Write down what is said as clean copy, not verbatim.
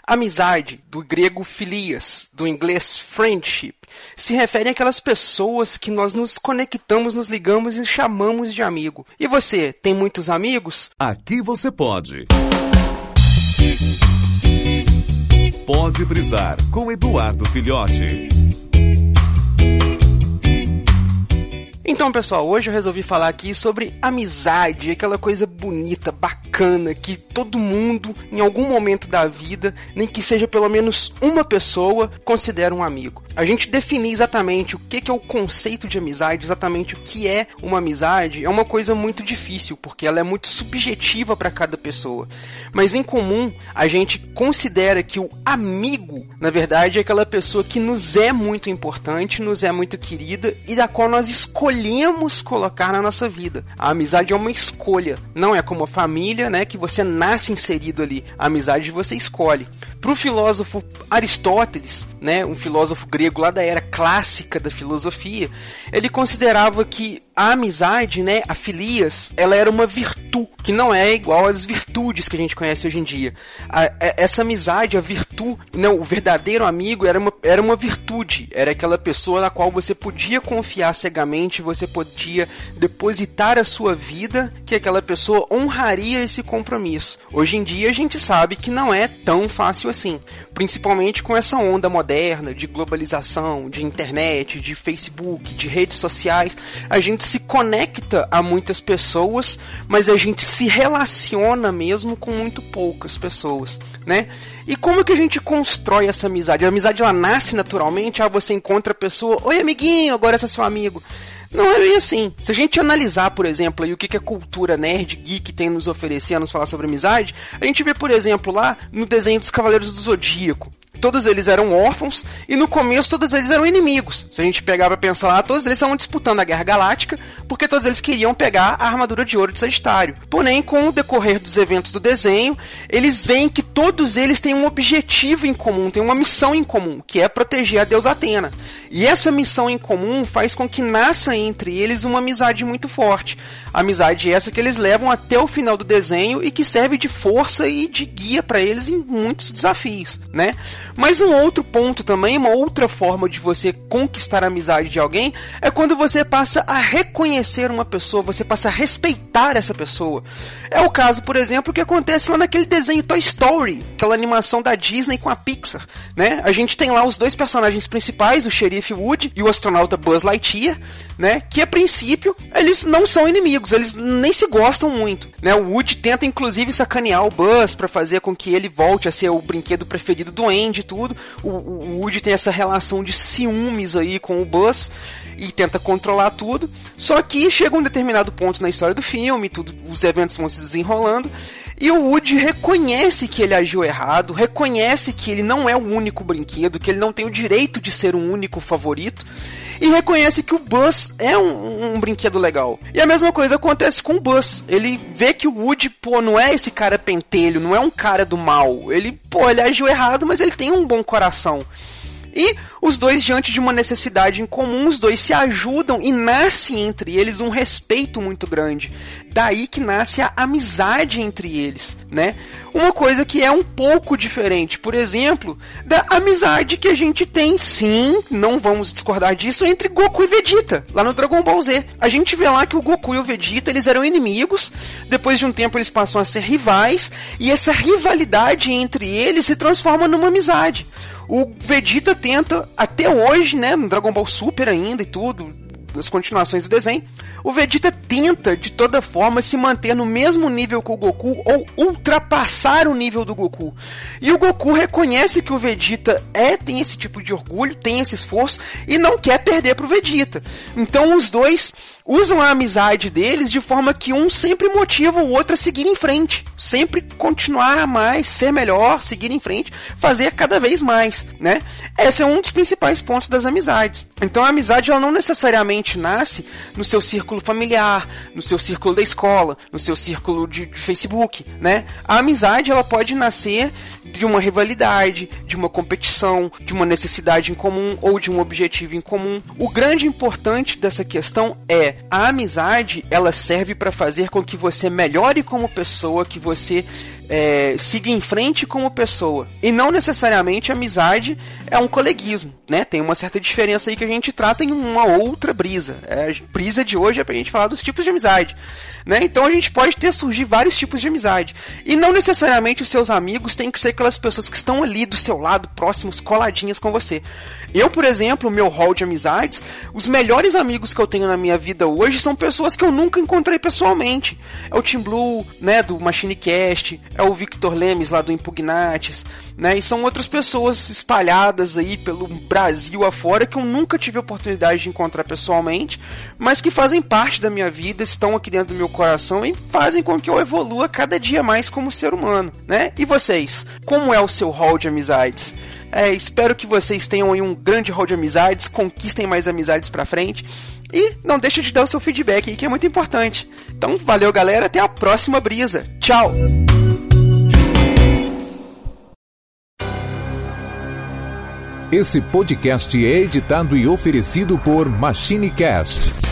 Amizade, do grego philias, do inglês friendship, se refere àquelas pessoas que nós nos conectamos, nos ligamos e chamamos de amigo. E você, tem muitos amigos? Aqui você pode. Pode Brisar, com Eduardo Filhote. Então, pessoal, hoje eu resolvi falar aqui sobre amizade, aquela coisa bonita, bacana, que todo mundo, em algum momento da vida, nem que seja pelo menos uma pessoa, considera um amigo. A gente definir exatamente o que é o conceito de amizade, exatamente o que é uma amizade, é uma coisa muito difícil, porque ela é muito subjetiva para cada pessoa. Mas, em comum, a gente considera que o amigo, na verdade, é aquela pessoa que nos é muito importante, nos é muito querida e da qual nós escolhemos colocar na nossa vida. A amizade é uma escolha, não é como a família, né, que você nasce inserido ali. A amizade você escolhe. Para o filósofo Aristóteles, né, um filósofo grego lá da era clássica da filosofia, ele considerava que a amizade, né, a philias, ela era uma virtude, que não é igual às virtudes que a gente conhece hoje em dia. Essa amizade, a virtude, não, o verdadeiro amigo era uma virtude, era aquela pessoa na qual você podia confiar cegamente, você podia depositar a sua vida, que aquela pessoa honraria esse compromisso. Hoje em dia a gente sabe que não é tão fácil assim, principalmente com essa onda moderna de globalização, de internet, de Facebook, de redes sociais. A gente se conecta a muitas pessoas, mas a gente se relaciona mesmo com muito poucas pessoas, né? E como que a gente constrói essa amizade? A amizade, ela nasce naturalmente, você encontra a pessoa, oi amiguinho, agora eu sou seu amigo. Não é bem assim. Se a gente analisar, por exemplo, aí, o que a cultura nerd, geek tem nos oferecer a nos falar sobre amizade, a gente vê, por exemplo, lá no desenho dos Cavaleiros do Zodíaco. Todos eles eram órfãos e no começo todos eles eram inimigos. Se a gente pegar pra pensar lá, todos eles estavam disputando a Guerra Galáctica porque todos eles queriam pegar a armadura de ouro de Sagitário. Porém, com o decorrer dos eventos do desenho, eles veem que todos eles têm um objetivo em comum, têm uma missão em comum, que é proteger a deusa Atena. E essa missão em comum faz com que nasça entre eles uma amizade muito forte. Amizade essa que eles levam até o final do desenho e que serve de força e de guia para eles em muitos desafios, né? Mas um outro ponto também, uma outra forma de você conquistar a amizade de alguém é quando você passa a reconhecer uma pessoa, você passa a respeitar essa pessoa. É o caso, por exemplo, que acontece lá naquele desenho Toy Story, aquela animação da Disney com a Pixar, né? A gente tem lá os dois personagens principais, o xerife Woody e o astronauta Buzz Lightyear, né? Que a princípio eles não são inimigos, eles nem se gostam muito, né? O Woody tenta inclusive sacanear o Buzz para fazer com que ele volte a ser o brinquedo preferido do Andy e tudo. O Woody tem essa relação de ciúmes aí com o Buzz e tenta controlar tudo. Só que chega um determinado ponto na história do filme, tudo, os eventos vão se desenrolando. E o Woody reconhece que ele agiu errado, reconhece que ele não é o único brinquedo, que ele não tem o direito de ser um único favorito, e reconhece que o Buzz é um brinquedo legal. E a mesma coisa acontece com o Buzz. Ele vê que o Woody, não é esse cara pentelho, não é um cara do mal. Ele agiu errado, mas ele tem um bom coração. E os dois, diante de uma necessidade em comum, os dois se ajudam e nasce entre eles um respeito muito grande. Daí que nasce a amizade entre eles, né? Uma coisa que é um pouco diferente, por exemplo, da amizade que a gente tem, sim, não vamos discordar disso, entre Goku e Vegeta, lá no Dragon Ball Z. A gente vê lá que o Goku e o Vegeta, eles eram inimigos, depois de um tempo eles passam a ser rivais, e essa rivalidade entre eles se transforma numa amizade. O Vegeta tenta, até hoje, né, no Dragon Ball Super ainda e tudo, nas continuações do desenho, o Vegeta tenta, de toda forma, se manter no mesmo nível que o Goku ou ultrapassar o nível do Goku. E o Goku reconhece que o Vegeta tem esse tipo de orgulho, tem esse esforço e não quer perder pro Vegeta. Então os dois usam a amizade deles de forma que um sempre motiva o outro a seguir em frente, sempre continuar mais, ser melhor, seguir em frente, fazer cada vez mais, né? Esse é um dos principais pontos das amizades. Então a amizade, ela não necessariamente nasce no seu círculo familiar, no seu círculo da escola, no seu círculo de Facebook, né? A amizade, ela pode nascer de uma rivalidade, de uma competição, de uma necessidade em comum ou de um objetivo em comum. O grande importante dessa questão é a amizade, ela serve para fazer com que você melhore como pessoa, que você siga em frente como pessoa. E não necessariamente a amizade é um coleguismo, né? Tem uma certa diferença aí que a gente trata em uma outra brisa. A brisa de hoje é pra gente falar dos tipos de amizade, né? Então a gente pode surgir vários tipos de amizade. E não necessariamente os seus amigos têm que ser aquelas pessoas que estão ali do seu lado, próximos, coladinhas com você. Eu, por exemplo, o meu hall de amizades, os melhores amigos que eu tenho na minha vida hoje são pessoas que eu nunca encontrei pessoalmente. É o Tim Blue, né, do MachineCast, é o Victor Lemes lá do Impugnatis, né, e são outras pessoas espalhadas aí pelo Brasil afora que eu nunca tive a oportunidade de encontrar pessoalmente, mas que fazem parte da minha vida, estão aqui dentro do meu coração e fazem com que eu evolua cada dia mais como ser humano, né? E vocês, como é o seu hall de amizades? Espero que vocês tenham aí um grande hall de amizades, conquistem mais amizades pra frente e não deixe de dar o seu feedback aí, que é muito importante. Então, valeu galera, até a próxima brisa. Tchau! Esse podcast é editado e oferecido por MachineCast.